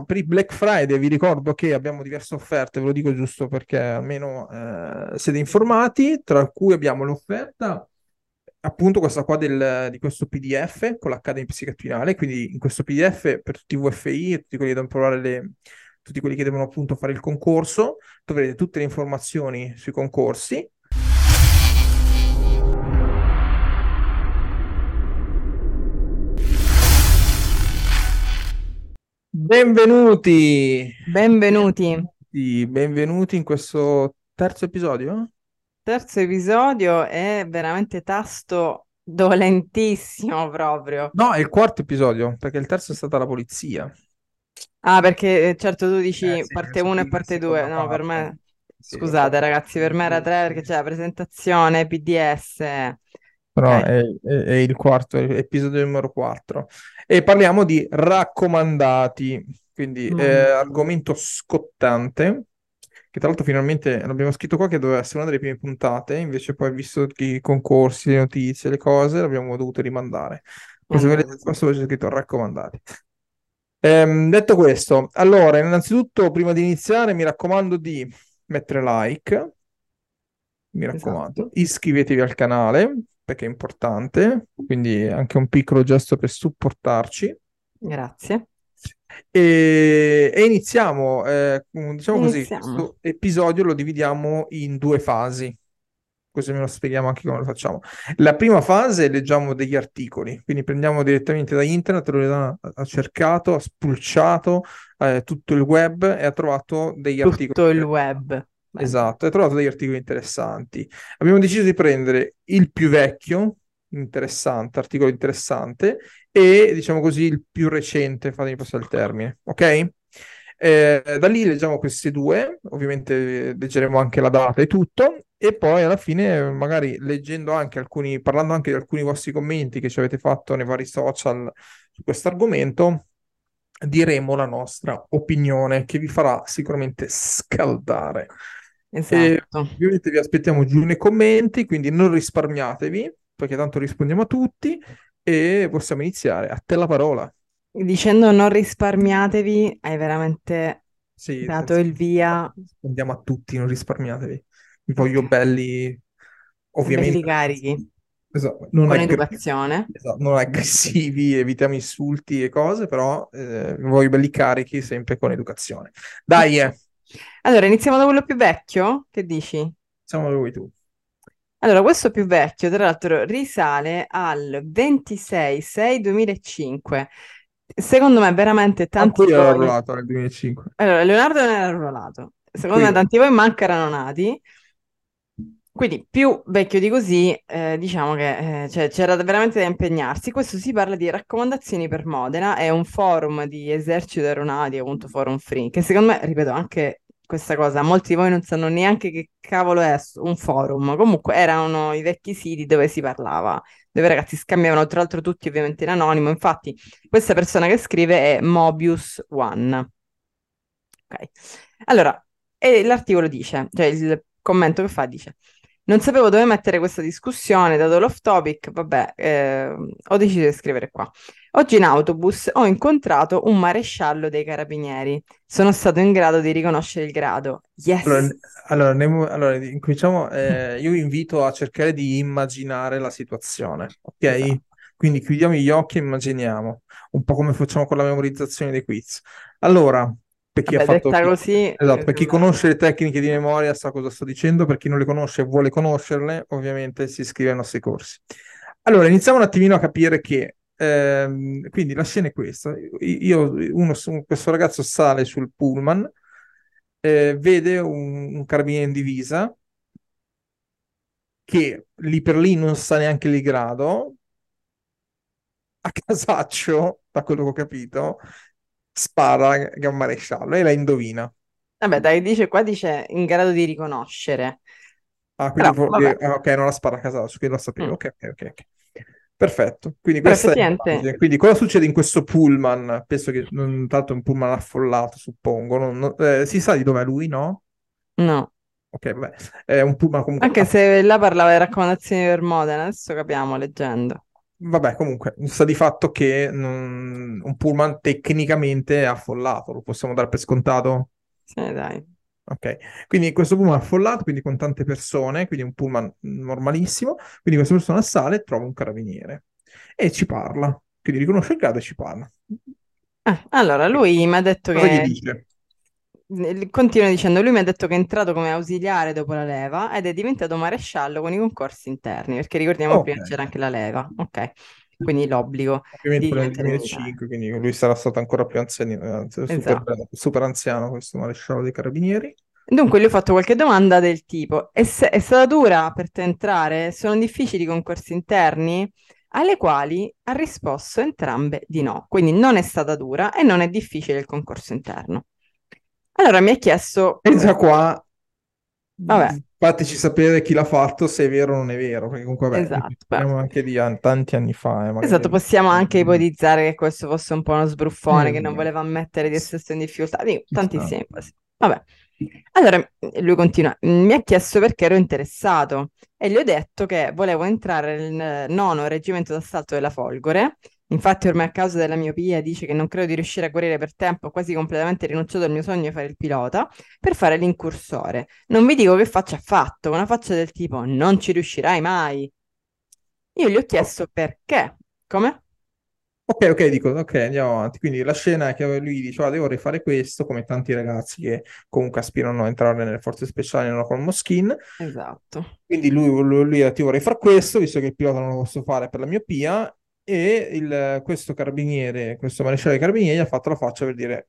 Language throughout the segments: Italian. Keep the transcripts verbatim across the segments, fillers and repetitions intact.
per il Black Friday vi ricordo che abbiamo diverse offerte, ve lo dico giusto perché almeno eh, siete informati, tra cui abbiamo l'offerta appunto questa qua del- di questo P D F con l'Academy Psicattuinale, quindi in questo P D F per tutti i V F I e tutti quelli che devono provare le, tutti quelli che devono appunto fare il concorso, troverete tutte le informazioni sui concorsi. Benvenuti, Benvenuti. benvenuti, benvenuti in questo terzo episodio? Terzo episodio è veramente tasto dolentissimo proprio. No, è il quarto episodio, perché il terzo è stata la polizia. Ah, perché eh, certo tu Eh dici sì, parte sono uno e divisa in parte due. seconda No, per parte. me, Sì, scusate infatti. ragazzi, per me era tre perché c'è la presentazione, P D S. Però Ok. è, è- è il quarto, è episodio numero quattro. E parliamo di raccomandati, quindi eh, Mm. argomento scottante, che tra l'altro finalmente l'abbiamo scritto qua che doveva essere una delle prime puntate, invece poi visto che i concorsi, le notizie, le cose, l'abbiamo dovuto rimandare. Cosa vedete? Mannaggia. Questo c'è scritto raccomandati. Ehm, detto questo, allora, innanzitutto, prima di iniziare, mi raccomando di mettere like, mi raccomando, Esatto. iscrivetevi al canale perché è importante, quindi anche un piccolo gesto per supportarci. Grazie. E, e iniziamo, eh, diciamo così, Iniziamo. questo episodio lo dividiamo in due fasi, così me lo spieghiamo anche come lo facciamo. La prima fase leggiamo degli articoli, quindi prendiamo direttamente da internet, Loredana ha ha cercato, ha spulciato eh, tutto il web e ha trovato degli articoli Tutto il interessanti. web. Bene. Esatto, ha trovato degli articoli interessanti. Abbiamo deciso di prendere il più vecchio, interessante, articolo interessante, e diciamo così il più recente, fatemi passare il termine, ok? Eh, da lì leggiamo questi due, ovviamente leggeremo anche la data e tutto, e poi alla fine, magari leggendo anche alcuni, parlando anche di alcuni vostri commenti che ci avete fatto nei vari social su questo argomento, diremo la nostra opinione che vi farà sicuramente scaldare. E Esatto. ovviamente vi aspettiamo giù nei commenti, quindi non risparmiatevi, perché tanto rispondiamo a tutti e possiamo iniziare. A te la parola. Dicendo non risparmiatevi, hai veramente Sì, dato il rispondiamo via rispondiamo a tutti, non risparmiatevi. Vi ok, voglio belli, belli ovviamente, carichi, esatto, non, con aggr- educazione. esatto, non aggressivi, evitiamo insulti e cose, però eh, vi voglio belli carichi, sempre con educazione. Dai, Ok. eh, Allora, iniziamo da quello più vecchio? Che dici? siamo dove vuoi tu. Allora, questo più vecchio, tra l'altro, risale al ventisei sei duemilacinque. Secondo me, veramente Manco tanti di io ero voi... arruolato nel duemilacinque. Allora, Leonardo non era arruolato. Manco Secondo me, io. tanti di voi manco erano nati. Quindi, più vecchio di così, eh, diciamo che eh, cioè, c'era veramente da impegnarsi. Questo si parla di raccomandazioni per Modena, è un forum di esercito aeronautico, appunto Forum Free, che secondo me, ripeto, anche questa cosa, molti di voi non sanno neanche che cavolo è un forum. Comunque erano i vecchi siti dove si parlava, dove i ragazzi scambiavano, tra l'altro tutti ovviamente in anonimo. Infatti, questa persona che scrive è Mobius One. Ok. Allora, e l'articolo dice, cioè il commento che fa dice, non sapevo dove mettere questa discussione, dato l'off topic, vabbè, ehm, ho deciso di scrivere qua. Oggi in autobus ho incontrato un maresciallo dei carabinieri. Sono stato in grado di riconoscere il grado. Allora, Yes! allora, andiamo- allora, incominciamo. Eh, io vi invito a cercare di immaginare la situazione, ok? Esatto. Quindi chiudiamo gli occhi e immaginiamo, un po' come facciamo con la memorizzazione dei quiz. Allora, per chi ha Vabbè, fatto, detta così, esatto, eh, per chi sembra... conosce le tecniche di memoria sa cosa sto dicendo, per chi non le conosce e vuole conoscerle, ovviamente si iscrive ai nostri corsi. Allora, iniziamo un attimino a capire che, ehm, quindi la scena è questa. Io, uno, questo ragazzo sale sul pullman, eh, vede un, un carabiniere in divisa che lì per lì non sa neanche il grado, a casaccio, da quello che ho capito, spara che è un maresciallo e la indovina. Vabbè, dai, dice qua, dice in grado di riconoscere. Ah, quindi Però, vo- vabbè. eh, ah, ok, non la spara a casaccio, quindi lo sapevo. Mm. Ok, ok, ok. Ok. Perfetto. Quindi Però questa è effettivamente, l'immagine. Quindi cosa succede in questo pullman? Penso che non, tanto è un pullman affollato, suppongo. Non- non- eh, si sa di dov'è lui, no? no. Ok, vabbè. È un pullman comunque Anche affollato. se là parlava di raccomandazioni per Modena, adesso capiamo leggendo. vabbè, comunque, sta di fatto che non- un pullman tecnicamente è affollato, lo possiamo dare per scontato? Sì, dai. Ok, quindi questo pullman affollato, quindi con tante persone, quindi un pullman normalissimo, quindi questa persona sale e trova un carabiniere e ci parla, quindi riconosce il grado e ci parla. Eh, allora, lui mi ha detto Cosa gli che, dice? continua dicendo, lui mi ha detto che è entrato come ausiliare dopo la leva ed è diventato maresciallo con i concorsi interni, perché ricordiamo Ok, prima c'era anche la leva, ok? Quindi l'obbligo ovviamente di quello nel diventare militare. duemilacinque, quindi lui sarà stato ancora più anziano, eh, super, Esatto. super anziano questo maresciallo dei carabinieri. Dunque, gli ho fatto qualche domanda del tipo: è, se- è stata dura per te entrare? Sono difficili i concorsi interni? Alle quali ha risposto entrambe di no. Quindi non è stata dura e non è difficile il concorso interno. Allora mi ha chiesto, E eh, già qua vabbè, fateci sapere chi l'ha fatto, se è vero o non è vero, perché comunque, vabbè, esatto, beh, parliamo anche di an- tanti anni fa, eh, esatto, magari. possiamo anche ipotizzare che questo fosse un po' uno sbruffone che non Eh, voleva ammettere di essersi in difficoltà. Dico, ci sta. tantissime cose. Vabbè. Allora, lui continua, mi ha chiesto perché ero interessato e gli ho detto che volevo entrare nel nono reggimento d'assalto della Folgore. Infatti, ormai a causa della miopia dice che non credo di riuscire a guarire per tempo, ho quasi completamente rinunciato al mio sogno di fare il pilota per fare l'incursore. Non vi dico che faccia ha fatto, una faccia del tipo non ci riuscirai mai. Io gli ho chiesto perché. Come? Ok, ok, dico, ok, andiamo avanti. Quindi la scena è che lui dice, ah, devo rifare questo, come tanti ragazzi che comunque aspirano a entrare nelle forze speciali, non con Moschin. Esatto. Quindi lui, lui, lui era, ti vorrei fare questo, visto che il pilota non lo posso fare per la miopia, e il- questo carabiniere, questo maresciallo dei carabinieri ha fatto la faccia per dire,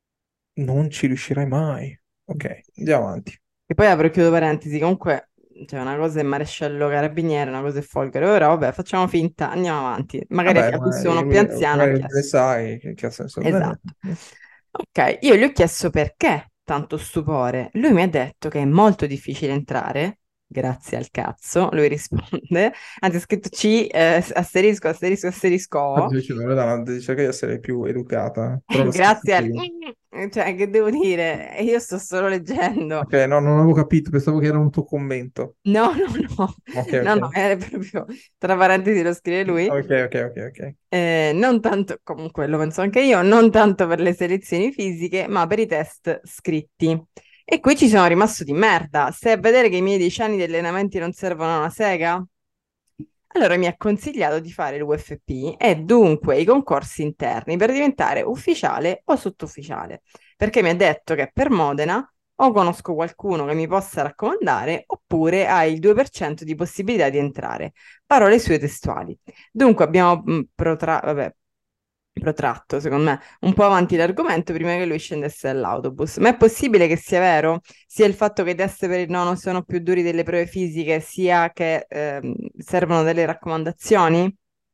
non ci riuscirai mai. Ok, andiamo avanti. E poi apro e chiudo parentesi, comunque, cioè una cosa è maresciallo carabiniere, una cosa è Folgore. Ora, vabbè, facciamo finta, andiamo avanti. Magari Vabbè, ha ma, visto eh, uno più anziano, ha magari le chiesto. sai che, che ha senso. Eh, Esatto. Ok, io gli ho chiesto perché tanto stupore. Lui mi ha detto che è molto difficile entrare, grazie al cazzo, lui risponde. Anzi, ha scritto C, eh, asterisco, asterisco, asterisco O. Oggi dice, Loredana, cerca di essere più educata, però lo stesso Grazie al... sì. Cioè, che devo dire? Io sto solo leggendo. Ok, no, non avevo capito, pensavo che era un tuo commento. No, no, no, Ok, no, no, ok. è proprio tra parentesi lo scrive lui. Ok, ok, ok, ok. Eh, non tanto, comunque lo penso anche io, non tanto per le selezioni fisiche, ma per i test scritti. E qui ci sono rimasto di merda. Stai a vedere che i miei dieci anni di allenamenti non servono a una sega? Allora mi ha consigliato di fare l'U F P e dunque i concorsi interni per diventare ufficiale o sottufficiale, perché mi ha detto che per Modena o conosco qualcuno che mi possa raccomandare oppure hai il due per cento di possibilità di entrare. Parole sue testuali. Dunque abbiamo mh, protra- vabbè, protratto, secondo me, un po' avanti l'argomento prima che lui scendesse dall'autobus. Ma è possibile che sia vero? Sia il fatto che i test per il nono sono più duri delle prove fisiche, sia che ehm, servono delle raccomandazioni?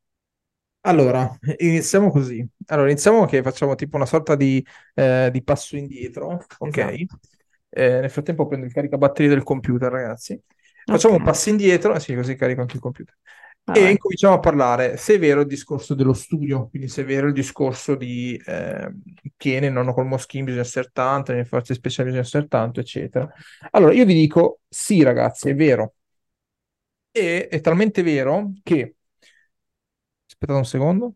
Allora, iniziamo così. Allora, iniziamo che facciamo tipo una sorta di, eh, di passo indietro, ok? Eh, Esatto. nel frattempo prendo il caricabatterie del computer, ragazzi. Ok, Facciamo un passo indietro, eh sì, così carico anche il computer. E vabbè. incominciamo a parlare, se è vero il discorso dello studio, quindi se è vero il discorso di eh, tiene, nonno col Moschini bisogna essere tanto, nelle forze speciali bisogna essere tanto, eccetera. Allora, io vi dico, sì, ragazzi, è vero. E è talmente vero che, aspettate un secondo,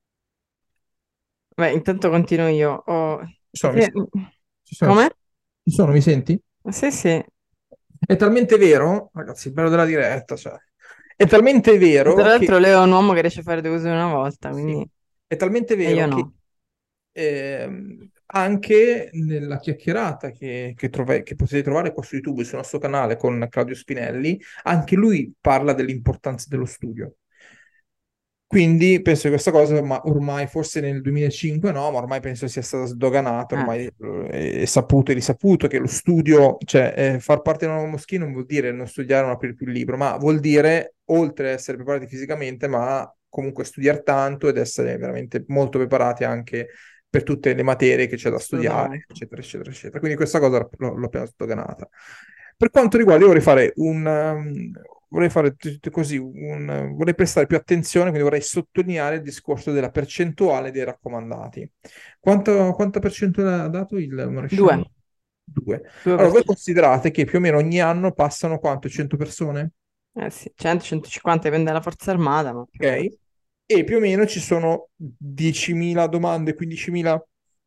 Beh, intanto continuo io. Oh, ci sono, mi se- senti? Ci sono, ci Come? sono, ci sono, mi senti? Sì, sì. È talmente vero, ragazzi, il bello della diretta, cioè, è talmente Tra vero che, l'altro Leo è un uomo che riesce a fare due cose in una volta, sì, quindi... è talmente E io vero che no. ehm, anche nella chiacchierata che, che, trova- che potete trovare qua su YouTube, sul nostro canale con Claudio Spinelli, anche lui parla dell'importanza dello studio. Quindi penso che questa cosa, ma ormai forse nel duemilacinque no, ma ormai penso sia stata sdoganata, Eh, ormai eh, è saputo e risaputo che lo studio, cioè eh, far parte di una moschea non vuol dire non studiare, non aprire più il libro, ma vuol dire, oltre ad essere preparati fisicamente, ma comunque studiare tanto ed essere veramente molto preparati anche per tutte le materie che c'è da studiare, assolutamente. eccetera, eccetera, eccetera. Quindi questa cosa l'ho l'ho appena sdoganata. Per quanto riguarda, io vorrei fare un, um, vorrei fare t- t- così, un, vorrei prestare più attenzione, quindi vorrei sottolineare il discorso della percentuale dei raccomandati. Quanto, quanta percentuale ha dato il Due. maresciallo? Due. Allora, voi due per cento. considerate che più o meno ogni anno passano quanto? cento persone? Eh sì, cento centocinquanta dipende dalla forza armata, ma più o meno Ok? sì. e più o meno ci sono diecimila domande, quindicimila,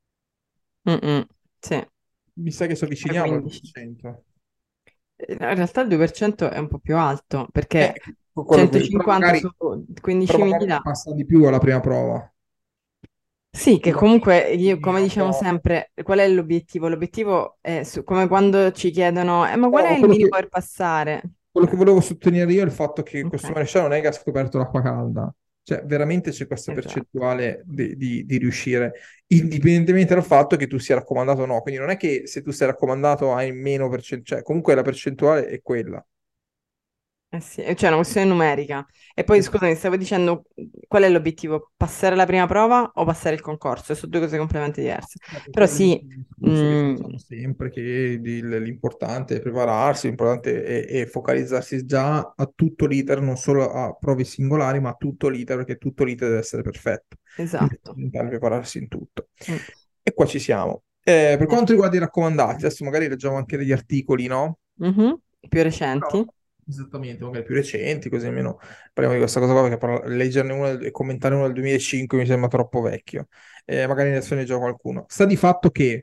Mm-mm, sì, mi sa che ci a avviciniamo al quindici. due per cento. Eh, no, in realtà il due per cento è un po' più alto, Eh, perché quello che- però centocinquanta magari, su però magari quindicimila. passa di più alla prima prova. Sì, che Sulla comunque, io, come prima diciamo prova. sempre, qual è l'obiettivo? L'obiettivo è su- come quando ci chiedono, eh, ma qual è No, il quello minimo che, per passare? quello che Cioè, volevo sottolineare io è il fatto che questo ok, maresciallo non è che ha scoperto l'acqua calda, cioè veramente c'è questa esatto. percentuale di, di- di riuscire, indipendentemente dal fatto che tu sia raccomandato o no. Quindi non è che se tu sei raccomandato hai meno percentuale, cioè comunque la percentuale è quella. Eh sì, cioè è una questione numerica. E poi, Esatto. scusami, stavo dicendo qual è l'obiettivo? Passare la prima prova o passare il concorso? Sono due cose completamente diverse. Ecco, Però quello lì è sì, il discorso che mh, facciamo sempre, che il- l'importante è prepararsi, l'importante è, è focalizzarsi già a tutto l'iter, non solo a prove singolari, ma a tutto l'iter, perché tutto l'iter deve essere perfetto. Quindi è esatto. fondamentale prepararsi in tutto. Mm, E qua ci siamo. Eh, per eh. quanto riguarda i raccomandati, adesso magari leggiamo anche degli articoli, no? Mhm. Più Però, recenti. esattamente, magari più recenti, così almeno parliamo di questa cosa qua, perché parla- leggerne uno del- e commentare uno del duemilacinque mi sembra troppo vecchio. Eh, magari adesso ne gioco qualcuno. Sta di fatto che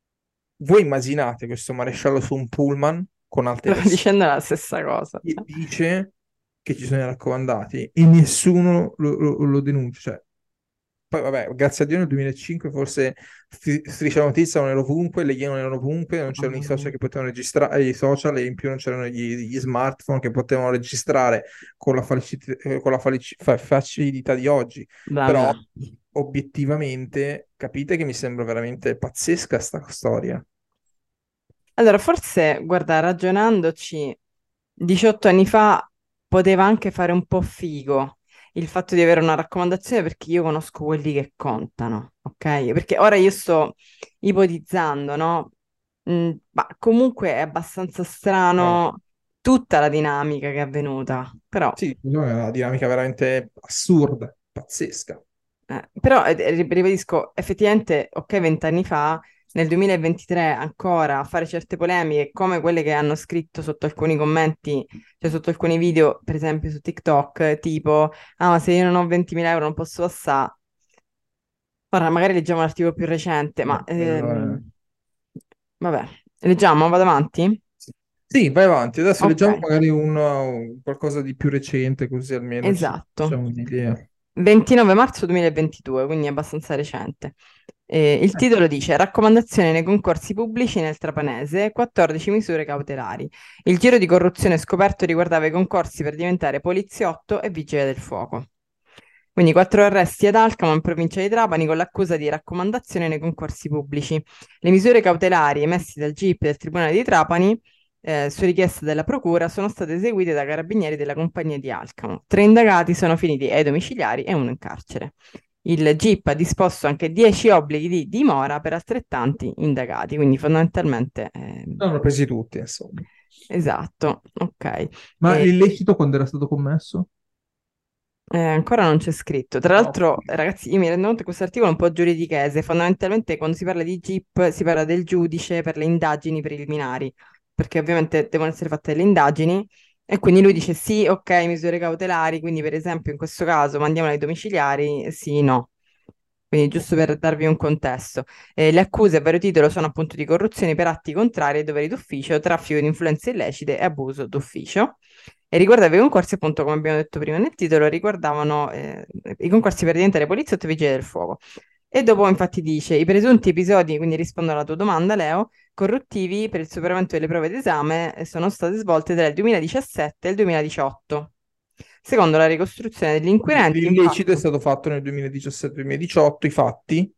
voi immaginate questo maresciallo su un pullman con altre Stavo persone dicendo la stessa cosa. e dice che ci sono i raccomandati e nessuno lo, lo- lo denuncia. Cioè, poi vabbè, grazie a Dio nel duemilacinque forse Stri- Striscia la Notizia non era ovunque, le Iene non erano ovunque, non c'erano i Mamma social mia. che potevano registrare, i social e in più non c'erano gli, gli smartphone che potevano registrare con la, falici- eh, con la falici- fa- facilità di oggi. Da Però me. obiettivamente capite che mi sembra veramente pazzesca sta storia. Allora, forse, guarda, ragionandoci, diciotto anni fa poteva anche fare un po' figo il fatto di avere una raccomandazione perché io conosco quelli che contano, ok? Perché ora io sto ipotizzando, no? Mm, ma comunque è abbastanza No. strano tutta la dinamica che è avvenuta, però Sì, è una dinamica veramente assurda, pazzesca. Eh, però, eh, eh, ribadisco, effettivamente, ok, vent'anni fa, nel duemilaventitré ancora a fare certe polemiche come quelle che hanno scritto sotto alcuni commenti, cioè sotto alcuni video, per esempio su TikTok, tipo, ah, ma se io non ho ventimila euro non posso passare. Ora, magari leggiamo l'articolo più recente, ma Beh, quello è- ehm, vabbè, leggiamo, vado avanti? Sì, vai avanti. Adesso Ok, leggiamo magari un, un qualcosa di più recente, così almeno ci esatto. facciamo un'idea. ventinove marzo duemilaventidue, quindi abbastanza recente. Eh, il Eh, titolo dice: Raccomandazione nei concorsi pubblici nel Trapanese, quattordici misure cautelari. Il giro di corruzione scoperto riguardava i concorsi per diventare poliziotto e vigile del fuoco. Quindi quattro arresti ad Alcamo in provincia di Trapani con l'accusa di raccomandazione nei concorsi pubblici. Le misure cautelari emesse dal G I P del Tribunale di Trapani, eh, su richiesta della Procura, sono state eseguite da carabinieri della compagnia di Alcamo. Tre indagati sono finiti ai domiciliari e uno in carcere. Il G I P ha disposto anche dieci obblighi di dimora per altrettanti indagati, quindi fondamentalmente ehm, L'hanno presi tutti, insomma. esatto, ok. Ma E, l'illecito quando era stato commesso? eh, ancora non c'è scritto. Tra Ah, ok. l'altro, ragazzi, io mi rendo conto che questo articolo è un po' giuridichese. Fondamentalmente, quando si parla di G I P, si parla del giudice per le indagini preliminari, perché ovviamente devono essere fatte le indagini. E quindi lui dice sì, ok, misure cautelari. Quindi, per esempio, in questo caso mandiamola ai domiciliari, sì, no. Quindi, giusto per darvi un contesto. Eh, le accuse a vario titolo sono appunto di corruzione per atti contrari ai doveri d'ufficio, traffico di influenze illecite e abuso d'ufficio. E riguardava i concorsi, appunto, come abbiamo detto prima nel titolo, riguardavano eh, i concorsi per diventare poliziotto e vigile del fuoco. E dopo, infatti, dice: i presunti episodi, quindi rispondo alla tua domanda, Leo, corruttivi per il superamento delle prove d'esame eh, sono state svolte tra il duemiladiciassette e il duemiladiciotto. Secondo la ricostruzione degli Quindi inquirenti, l'illecito è infatti, stato fatto nel duemiladiciassette-duemiladiciotto, i fatti,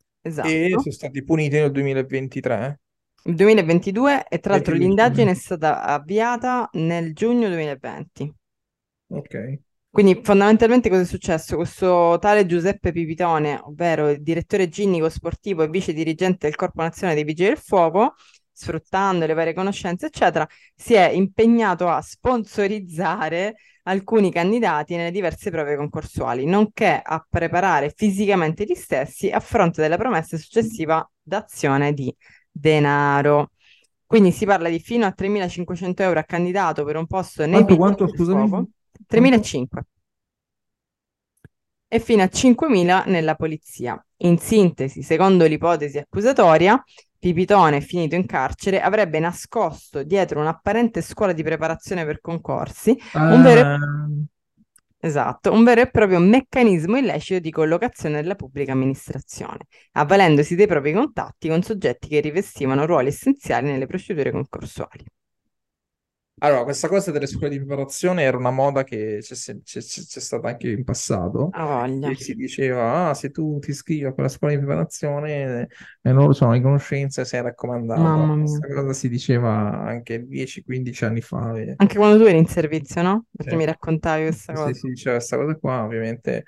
e esatto, sono stati puniti nel duemilaventitré. il duemilaventidue e tra l'altro duemilaventidue. l'indagine è stata avviata nel giugno duemilaventi. Ok. Quindi fondamentalmente cosa è successo? Questo tale Giuseppe Pipitone, ovvero il direttore ginnico sportivo e vice dirigente del Corpo Nazionale dei Vigili del Fuoco, sfruttando le varie conoscenze, eccetera, si è impegnato a sponsorizzare alcuni candidati nelle diverse prove concorsuali, nonché a preparare fisicamente gli stessi a fronte della promessa successiva d'azione di denaro. Quindi si parla di fino a tremilacinquecento euro a candidato per un posto nei Quanto, vigili quanto, del fuoco. scusami? Quanto? tremilacinquecento. e fino a cinquemila nella polizia. In sintesi, secondo l'ipotesi accusatoria, Pipitone, finito in carcere, avrebbe nascosto dietro un'apparente scuola di preparazione per concorsi un vero e, Ah, esatto, un vero e proprio meccanismo illecito di collocazione della pubblica amministrazione, avvalendosi dei propri contatti con soggetti che rivestivano ruoli essenziali nelle procedure concorsuali. allora, questa cosa delle scuole di preparazione era una moda che c'è se- c'è- c'è- c'è stata anche in passato, Ha voglia. e si diceva, ah, se tu ti iscrivi a quella scuola di preparazione e loro sono di conoscenza, sei raccomandato. Mamma mia. Questa cosa si diceva anche dieci quindici anni fa. eh. Anche quando tu eri in servizio, no? Perché Sì, mi raccontavi questa sì, cosa. si diceva questa cosa qua, ovviamente.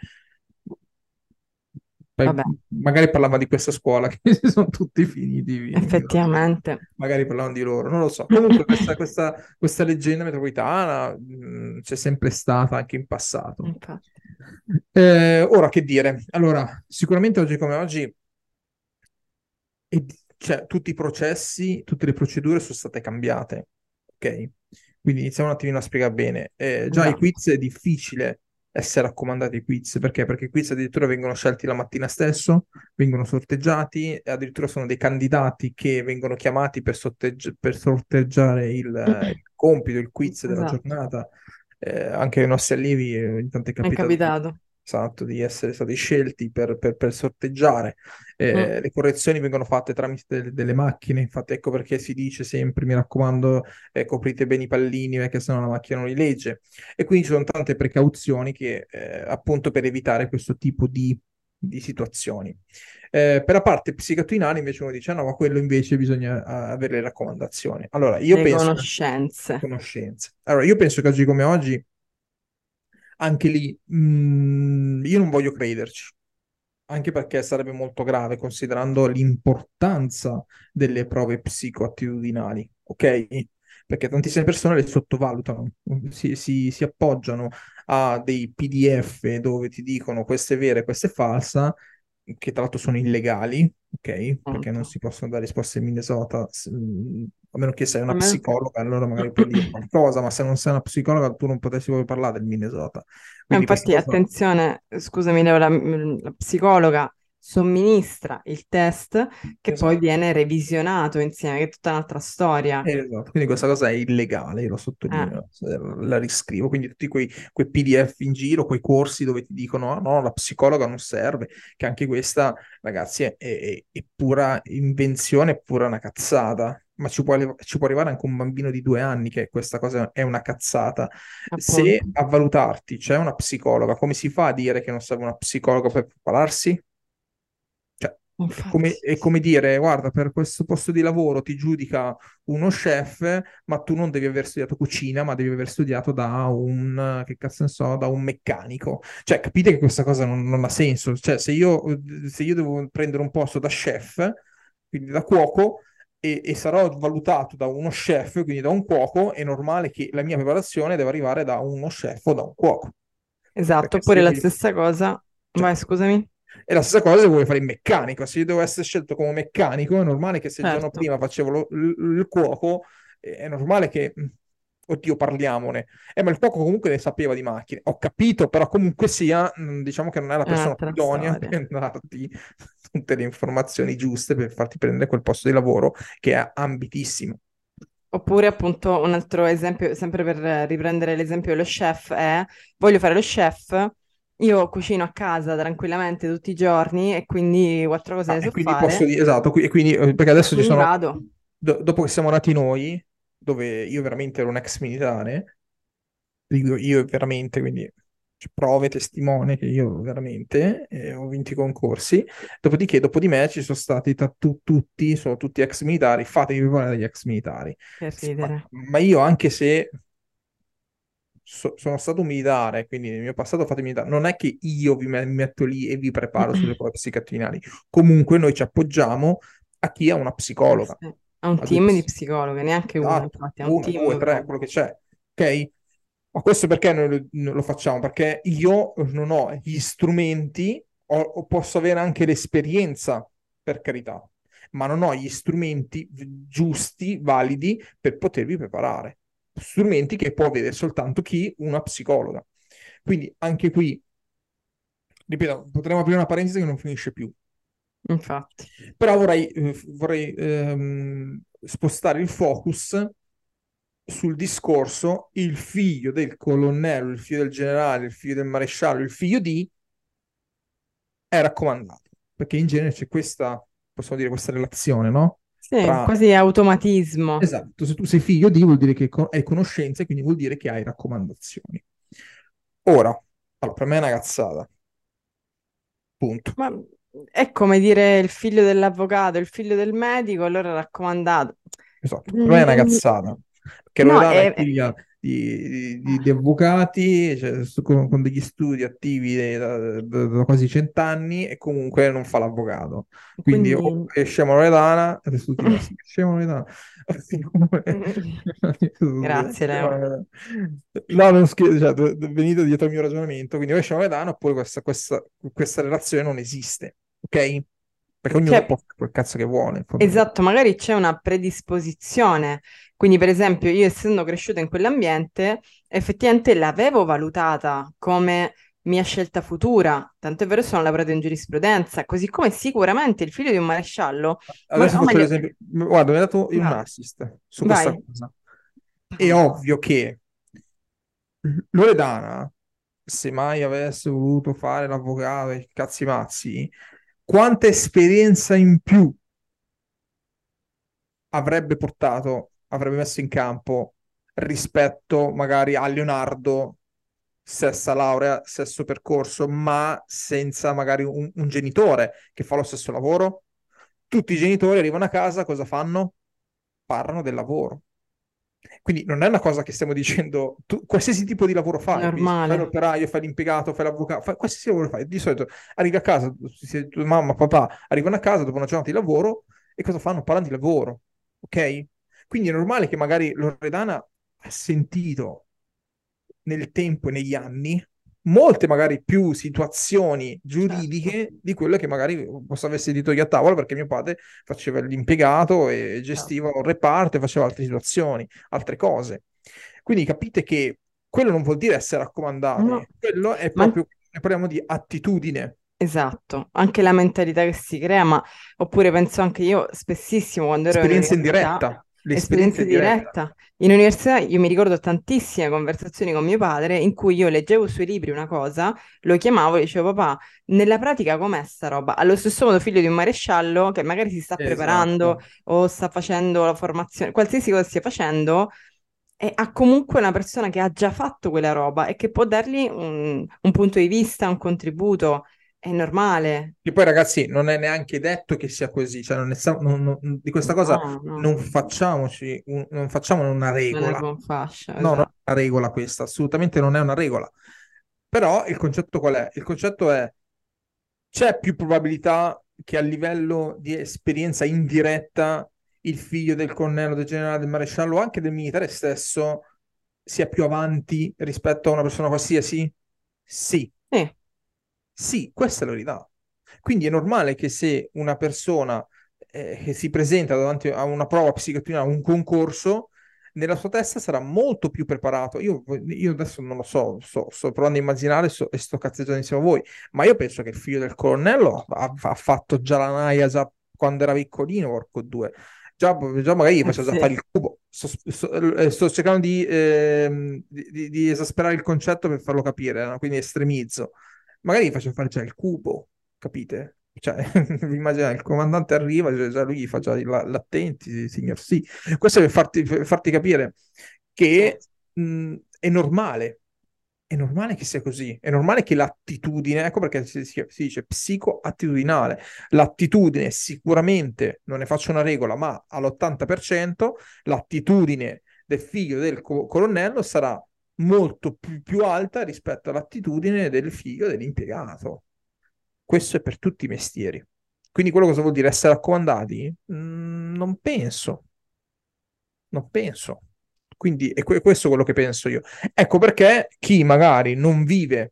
Poi Vabbè, magari parlava di questa scuola che sono tutti finiti, via. effettivamente. Magari parlavano di loro, non lo so. Comunque questa, questa- questa leggenda metropolitana mh, c'è sempre stata anche in passato. Infatti. Eh, ora che dire? Allora, sicuramente oggi come oggi e- cioè, tutti i processi, tutte le procedure sono state cambiate, ok? Quindi iniziamo un attimino a spiegare bene. Eh, già i Esatto. quiz è difficile essere raccomandati i quiz, perché? Perché i quiz addirittura vengono scelti la mattina stesso, vengono sorteggiati, e addirittura sono dei candidati che vengono chiamati per, sorteggi- per sorteggiare il, il compito, il quiz della Esatto. giornata. Eh, anche ai nostri allievi eh, ogni tanto è Mi è capitato di, capitato. esatto, di essere stati scelti per, per- per sorteggiare. Mm. Eh, le correzioni vengono fatte tramite delle, delle macchine, infatti ecco perché si dice sempre, mi raccomando, eh, coprite bene i pallini perché sennò la macchina non li legge. E quindi ci sono tante precauzioni che, eh, appunto per evitare questo tipo di, di situazioni. Eh, per la parte psicato-inale invece uno dice, "Ah, no, ma quello invece bisogna ah, avere le raccomandazioni." Allora, io Le penso, conoscenze. conoscenze. Allora, io penso che oggi come oggi, anche lì, mh, io non voglio crederci, anche perché sarebbe molto grave considerando l'importanza delle prove psicoattitudinali, ok? Perché tantissime persone le sottovalutano, si, si- si appoggiano a dei P D F dove ti dicono questa è vera e questa è falsa, che tra l'altro sono illegali, ok? Perché non Appunto. si possono dare risposte in Minnesota, s- mh, a meno che sei A una me- psicologa, allora magari puoi dire qualcosa, ma se non sei una psicologa tu non potresti proprio parlare del Minnesota. Ma Quindi questa infatti, cosa... attenzione, scusami, Leo, la, la psicologa somministra il test che poi Esatto. viene revisionato insieme, che è tutta un'altra storia. Eh, Esatto, quindi questa cosa è illegale, io lo Eh, sottolineo, eh, la riscrivo, quindi tutti quei, quei P D F in giro, quei corsi dove ti dicono "Ah, no, la psicologa non serve", che anche questa, ragazzi, è, è- è pura invenzione, è pura una cazzata, ma ci può, arri- ci può arrivare anche un bambino di due anni che questa cosa è una cazzata. appunto. Se a valutarti c'è una psicologa, come si fa a dire che non serve una psicologa per prepararsi? Cioè, è come, Infatti. è come dire, guarda, per questo posto di lavoro ti giudica uno chef, ma tu non devi aver studiato cucina, ma devi aver studiato da un, che cazzo ne so, da un meccanico. Cioè, capite che questa cosa non, non ha senso. Cioè, se io, se io devo prendere un posto da chef, quindi da cuoco, e, e sarò valutato da uno chef, quindi da un cuoco, è normale che la mia preparazione deve arrivare da uno chef o da un cuoco. Esatto, Perché se oppure io la voglio... stessa cosa. Cioè, Vai, scusami. e la stessa cosa se vuoi fare il meccanico. Se io devo essere scelto come meccanico, è normale che se il giorno Certo. prima facevo lo- l- il cuoco, eh, è normale che... mh, Oddio, parliamone. Eh, ma il cuoco comunque ne sapeva di macchine. Ho capito, però comunque sia, mh, diciamo che non è la È persona più un'altra idonea storia. per darti tutte le informazioni giuste per farti prendere quel posto di lavoro che è ambitissimo. Oppure appunto un altro esempio, sempre per riprendere l'esempio dello chef, è voglio fare lo chef, io cucino a casa tranquillamente tutti i giorni e quindi quattro cose Ah, le e so quindi posso fare dire, esatto, qui- e quindi, eh, perché e adesso ci quindi sono, vado. do- dopo che siamo nati noi, dove io veramente ero un ex militare, dico io veramente, quindi c'è prove, testimone che io veramente eh, ho vinto i concorsi. Dopodiché, dopo di me ci sono stati ta- tu- tutti, sono tutti ex militari, fatevi preparare dagli ex militari. Che Sì, ma, ridere. ma io, anche se so- sono stato un militare, quindi nel mio passato ho fatto il militare, non è che io vi me- mi metto lì e vi preparo sulle prove psicatrinali. Comunque noi ci appoggiamo a chi ha una Eh psicologa, sì. Ha un a due team di ps- psicologhe, neanche una, esatto, infatti, ha un una, team due, tre, proprio. quello che c'è, ok? Ma questo perché noi lo, non lo facciamo? Perché io non ho gli strumenti, o, o posso avere anche l'esperienza, per carità, ma non ho gli strumenti giusti, validi per potervi preparare. Strumenti che può avere soltanto chi? Una psicologa. Quindi anche qui ripeto, potremmo aprire una parentesi che non finisce più. Infatti. Però vorrei, eh, vorrei ehm, spostare il focus sul discorso il figlio del colonnello, il figlio del generale, il figlio del maresciallo, il figlio di è raccomandato. Perché in genere c'è questa, possiamo dire, questa relazione, no? Sì, Tra, quasi automatismo. esatto, se tu sei figlio di vuol dire che co- hai conoscenze, quindi vuol dire che hai raccomandazioni. Ora, allora, per me è una cazzata, punto. Ma è come dire il figlio dell'avvocato, il figlio del medico, allora raccomandato. Esatto, per me è una Mm, cazzata, perché no, Loredana è è... è- figlia di, di- di avvocati, cioè, stu- con, con degli studi attivi da, da- da quasi cent'anni e comunque non fa l'avvocato. Quindi o quindi... è scema Loredana, adesso tutti dicono, sì, è scema Loredana. Grazie, Leo. No, non scherzo, cioè, d- d- venite dietro il mio ragionamento, quindi o è scema Loredana oppure questa, questa, questa relazione non esiste, ok? Perché ognuno Cioè, può fare quel cazzo che vuole, esatto, fondamentalmente. magari c'è una predisposizione. Quindi, per esempio, io essendo cresciuta in quell'ambiente, effettivamente l'avevo valutata come mia scelta futura. Tanto è vero che sono laureata in giurisprudenza, così come sicuramente il figlio di un maresciallo, ma- Adesso o faccio meglio, l'esempio. Guarda, mi ha dato un vai, assist su questa vai. cosa. È Vai. ovvio che Loredana, se mai avesse voluto fare l'avvocato e cazzi mazzi, quanta esperienza in più avrebbe portato, avrebbe messo in campo rispetto magari a Leonardo, stessa laurea, stesso percorso, ma senza magari un, un genitore che fa lo stesso lavoro? Tutti i genitori arrivano a casa, cosa fanno? Parlano del lavoro. Quindi non è una cosa che stiamo dicendo, tu, qualsiasi tipo di lavoro fai, quindi se fai Normale, l'operaio, fai l'impiegato, fai l'avvocato, fai qualsiasi lavoro fai, di solito arrivi a casa, se tua mamma, papà arrivano a casa dopo una giornata di lavoro e cosa fanno? Parlano di lavoro, ok? Quindi è normale che magari Loredana ha sentito nel tempo e negli anni molte magari più situazioni certo, giuridiche di quelle che magari posso aver sentito io a tavola perché mio padre faceva l'impiegato e gestiva certo. un reparto e faceva altre situazioni, altre cose. Quindi capite che quello non vuol dire essere No, raccomandati, quello è ma proprio, parliamo di attitudine, esatto, anche la mentalità che si crea, ma oppure penso anche io spessissimo quando ero in esperienza università, indiretta, l'esperienza esperienza indiretta. diretta. In università io mi ricordo tantissime conversazioni con mio padre in cui io leggevo sui libri una cosa, lo chiamavo e dicevo papà, nella pratica com'è sta roba? Allo stesso modo figlio di un maresciallo che magari si sta preparando Esatto. o sta facendo la formazione, qualsiasi cosa stia facendo, e ha comunque una persona che ha già fatto quella roba e che può dargli un un punto di vista, un contributo. È normale. E poi ragazzi, non è neanche detto che sia così, cioè non è sa- non- non- di questa cosa No, no, non facciamoci, un- non facciamo una non è regola. buon fascia, No, non è esatto. una regola questa, assolutamente non è una regola. Però il concetto qual è? Il concetto è, c'è più probabilità che a livello di esperienza indiretta il figlio del colonnello, del generale, del maresciallo o anche del militare stesso sia più avanti rispetto a una persona qualsiasi? Sì. Sì, Sì, questa è la verità. Quindi è normale che se una persona eh, che si presenta davanti a una prova psicotrina, a un concorso, nella sua testa sarà molto più preparato. Io, io adesso non lo so, sto, sto provando a immaginare so- e sto cazzeggiando insieme a voi, ma io penso che il figlio del colonnello ha, ha fatto già la naia già quando era piccolino, porco due. Già, già magari gli eh faceva già fare sì, il cubo. Sto, sto- eh, sto cercando di, ehm, di, di- di esasperare il concetto per farlo capire, no? Quindi estremizzo magari gli faccio fare già il cubo, capite? Cioè, vi immaginate, il comandante arriva, cioè, già lui gli fa già la- l'attenti, signor sì. Questo per farti, per farti capire sì, che mh, è normale, è normale che sia così, è normale che l'attitudine, ecco perché si, si- si dice psicoattitudinale, l'attitudine sicuramente, non ne faccio una regola, ma all'ottanta per cento l'attitudine del figlio del co- colonnello sarà molto più, più alta rispetto all'attitudine del figlio dell'impiegato. Questo è per tutti i mestieri. Quindi quello cosa vuol dire? Essere raccomandati? Mm, non penso, non penso. Quindi è que- questo quello che penso io. Ecco perché chi magari non vive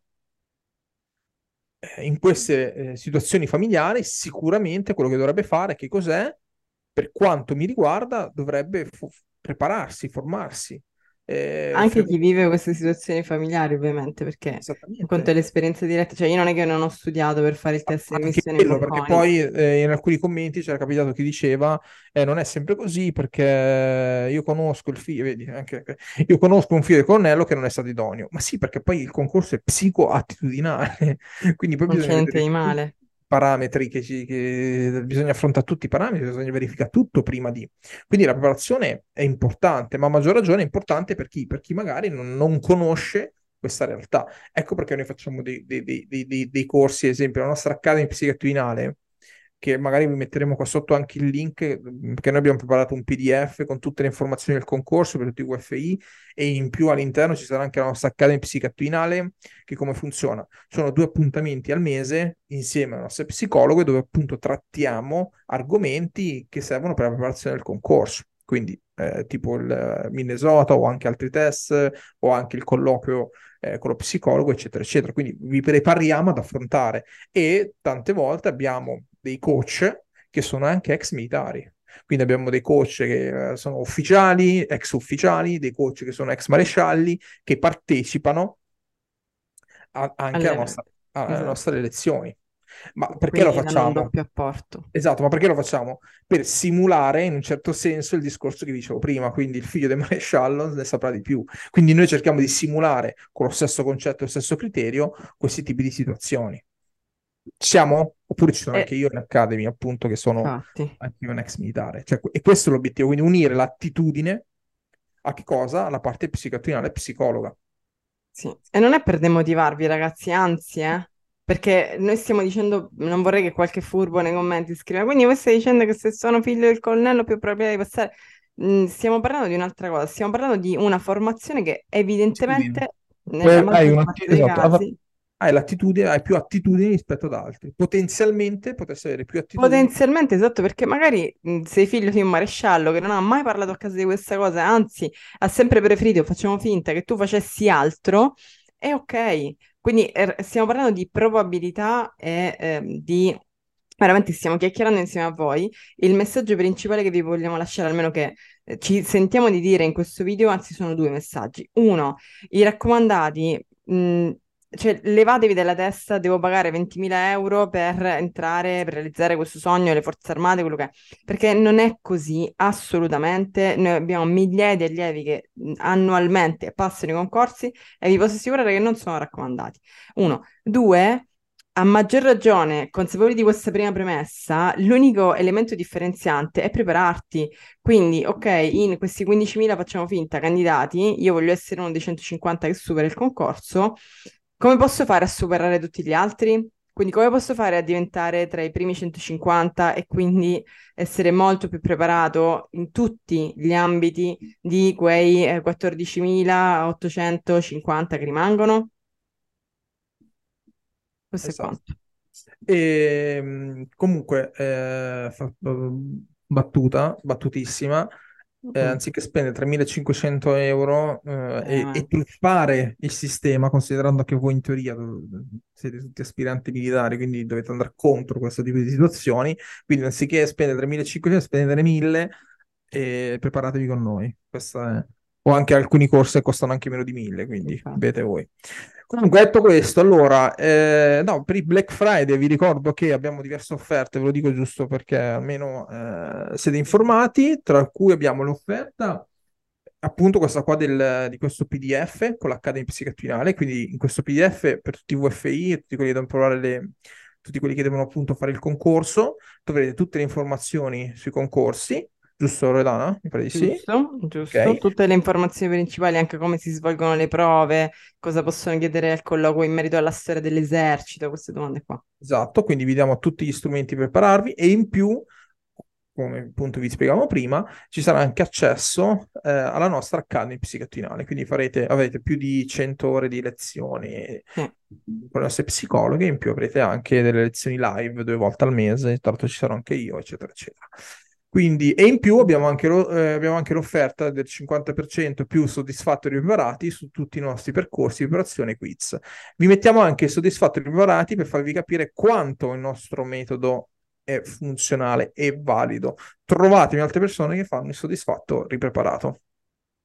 eh, in queste eh, situazioni familiari, sicuramente quello che dovrebbe fare, che cos'è? Per quanto mi riguarda, dovrebbe fu- prepararsi, formarsi, eh, Anche frego- chi vive queste situazioni familiari, ovviamente, perché in quanto esattamente. all'esperienza diretta, cioè io non è che non ho studiato per fare il test di Anche ammissione in quello, perché Bocconi. poi eh, in alcuni commenti c'era capitato chi diceva eh, non è sempre così perché io conosco il figlio, vedi, anche, io conosco un figlio di colonnello che non è stato idoneo. Ma sì, perché poi il concorso è psicoattitudinale, quindi poi Non bisogna c'è niente vedere di tutti i male. parametri che, ci, che bisogna affrontare tutti i parametri, bisogna verificare tutto prima di. Quindi la preparazione è importante, ma a maggior ragione è importante per chi? Per chi magari non, non conosce questa realtà. Ecco perché noi facciamo dei, dei- dei- dei- dei- dei corsi, ad esempio, la nostra Academy Psicoattuinale, che magari vi metteremo qua sotto anche il link, perché noi abbiamo preparato un P D F con tutte le informazioni del concorso per tutti i U F I e in più all'interno ci sarà anche la nostra Academy Psicoattuinale, che come funziona? Sono due appuntamenti al mese insieme al nostro psicologo dove appunto trattiamo argomenti che servono per la preparazione del concorso. Quindi eh, tipo il Minnesota o anche altri test o anche il colloquio eh, con lo psicologo, eccetera, eccetera. Quindi vi prepariamo ad affrontare e tante volte abbiamo dei coach che sono anche ex militari. Quindi abbiamo dei coach che eh, sono ufficiali, ex ufficiali, dei coach che sono ex marescialli, che partecipano a- anche alla Alle- nostra, alle Esatto. nostre lezioni. Ma perché lo Quindi danno un facciamo? doppio apporto. Esatto, ma perché lo facciamo? Per simulare in un certo senso il discorso che dicevo prima, quindi il figlio del maresciallo ne saprà di più. Quindi noi cerchiamo di simulare con lo stesso concetto e lo stesso criterio questi tipi di situazioni. Ci siamo? Oppure ci sono E anche io in Academy, appunto, che sono infatti. anche io un ex militare. Cioè, e questo è l'obiettivo, quindi unire l'attitudine a che cosa? Alla parte psicoattuale e psicologa. Sì, e non è per demotivarvi, ragazzi, anzi, eh, perché noi stiamo dicendo, non vorrei che qualche furbo nei commenti scriva, quindi voi stai dicendo che se sono figlio del colonnello più probabile di passare. Mm, stiamo parlando di un'altra cosa, stiamo parlando di una formazione che Attitudine. evidentemente, nella Poi hai maggior una, parte dei esatto, av- casi, hai l'attitudine, hai più attitudini rispetto ad altri. Potenzialmente potresti avere più attitudini. potenzialmente esatto, perché magari mh, sei figlio di un maresciallo che non ha mai parlato a casa di questa cosa, anzi ha sempre preferito, facciamo finta che tu facessi altro, è ok. Quindi er- stiamo parlando di probabilità e ehm, di. Veramente stiamo chiacchierando insieme a voi. Il messaggio principale che vi vogliamo lasciare, almeno che eh, ci sentiamo di dire in questo video, anzi sono due messaggi. Uno, i raccomandati, mh, cioè levatevi dalla testa, devo pagare ventimila euro per entrare, per realizzare questo sogno, le forze armate, quello che è. Perché non è così, assolutamente. Noi abbiamo migliaia di allievi che mh, annualmente passano i concorsi e vi posso assicurare che non sono raccomandati. Uno. Due, a maggior ragione, consapevoli di questa prima premessa, l'unico elemento differenziante è prepararti. Quindi, ok, in questi quindicimila facciamo finta candidati, io voglio essere uno dei centocinquanta che supera il concorso, come posso fare a superare tutti gli altri? Quindi come posso fare a diventare tra i primi centocinquanta e quindi essere molto più preparato in tutti gli ambiti di quei eh, quattordicimilaottocentocinquanta che rimangono? Questo è Esatto. quanto. E, mh, comunque, eh, fa- battuta, battutissima, eh, Mm. anziché spendere tremilacinquecento euro eh, Eh, e, ma- e truffare il sistema, considerando che voi in teoria dov- siete tutti aspiranti militari, quindi dovete andare contro questo tipo di situazioni, quindi anziché spendere tremilacinquecento, spendere mille e preparatevi con noi. Questa è. O anche alcuni corsi che costano anche meno di mille, quindi infatti. vedete voi. Comunque, detto questo, allora, eh, no, per il Black Friday vi ricordo che abbiamo diverse offerte, ve lo dico giusto perché almeno eh, siete informati, tra cui abbiamo l'offerta, appunto questa qua del- di questo P D F con l'Accademia Psicattuinale, quindi in questo P D F per tutti i V F I e tutti quelli che devono provare le, tutti quelli che devono appunto fare il concorso, troverete tutte le informazioni sui concorsi, giusto Loredana? Mi pare di sì. Giusto, giusto. Ok. Tutte le informazioni principali, anche come si svolgono le prove, cosa possono chiedere al colloquio in merito alla storia dell'esercito, queste domande qua. Esatto, quindi vi diamo tutti gli strumenti per prepararvi e in più, come appunto vi spiegavamo prima, ci sarà anche accesso eh, alla nostra Academy psicattinale, quindi farete, avrete più di cento ore di lezioni Sì. con le nostre psicologhe, in più avrete anche delle lezioni live due volte al mese, tra l'altro ci sarò anche io, eccetera, eccetera. Quindi, e in più abbiamo anche, lo- eh, abbiamo anche l'offerta del cinquanta per cento più soddisfattori e preparati su tutti i nostri percorsi di preparazione e quiz. Vi mettiamo anche soddisfattori e preparati per farvi capire quanto il nostro metodo è funzionale e valido. Trovatemi altre persone che fanno il soddisfatto ripreparato.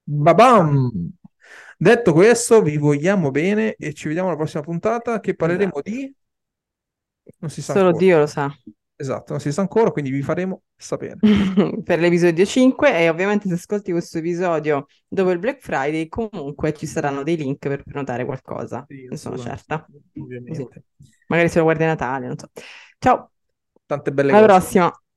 Babam! Detto questo, vi vogliamo bene e ci vediamo alla prossima puntata che parleremo Esatto. di... Non si sa Solo ancora. Dio lo sa. Esatto, non si sa ancora, quindi vi faremo sapere. Per l'episodio cinque e ovviamente se ascolti questo episodio dopo il Black Friday comunque ci saranno dei link per prenotare qualcosa, Sì, ne sono assolutamente, certa. Così. ovviamente. Magari se lo guardi a Natale, non so. Ciao, Tante belle alla cose. prossima!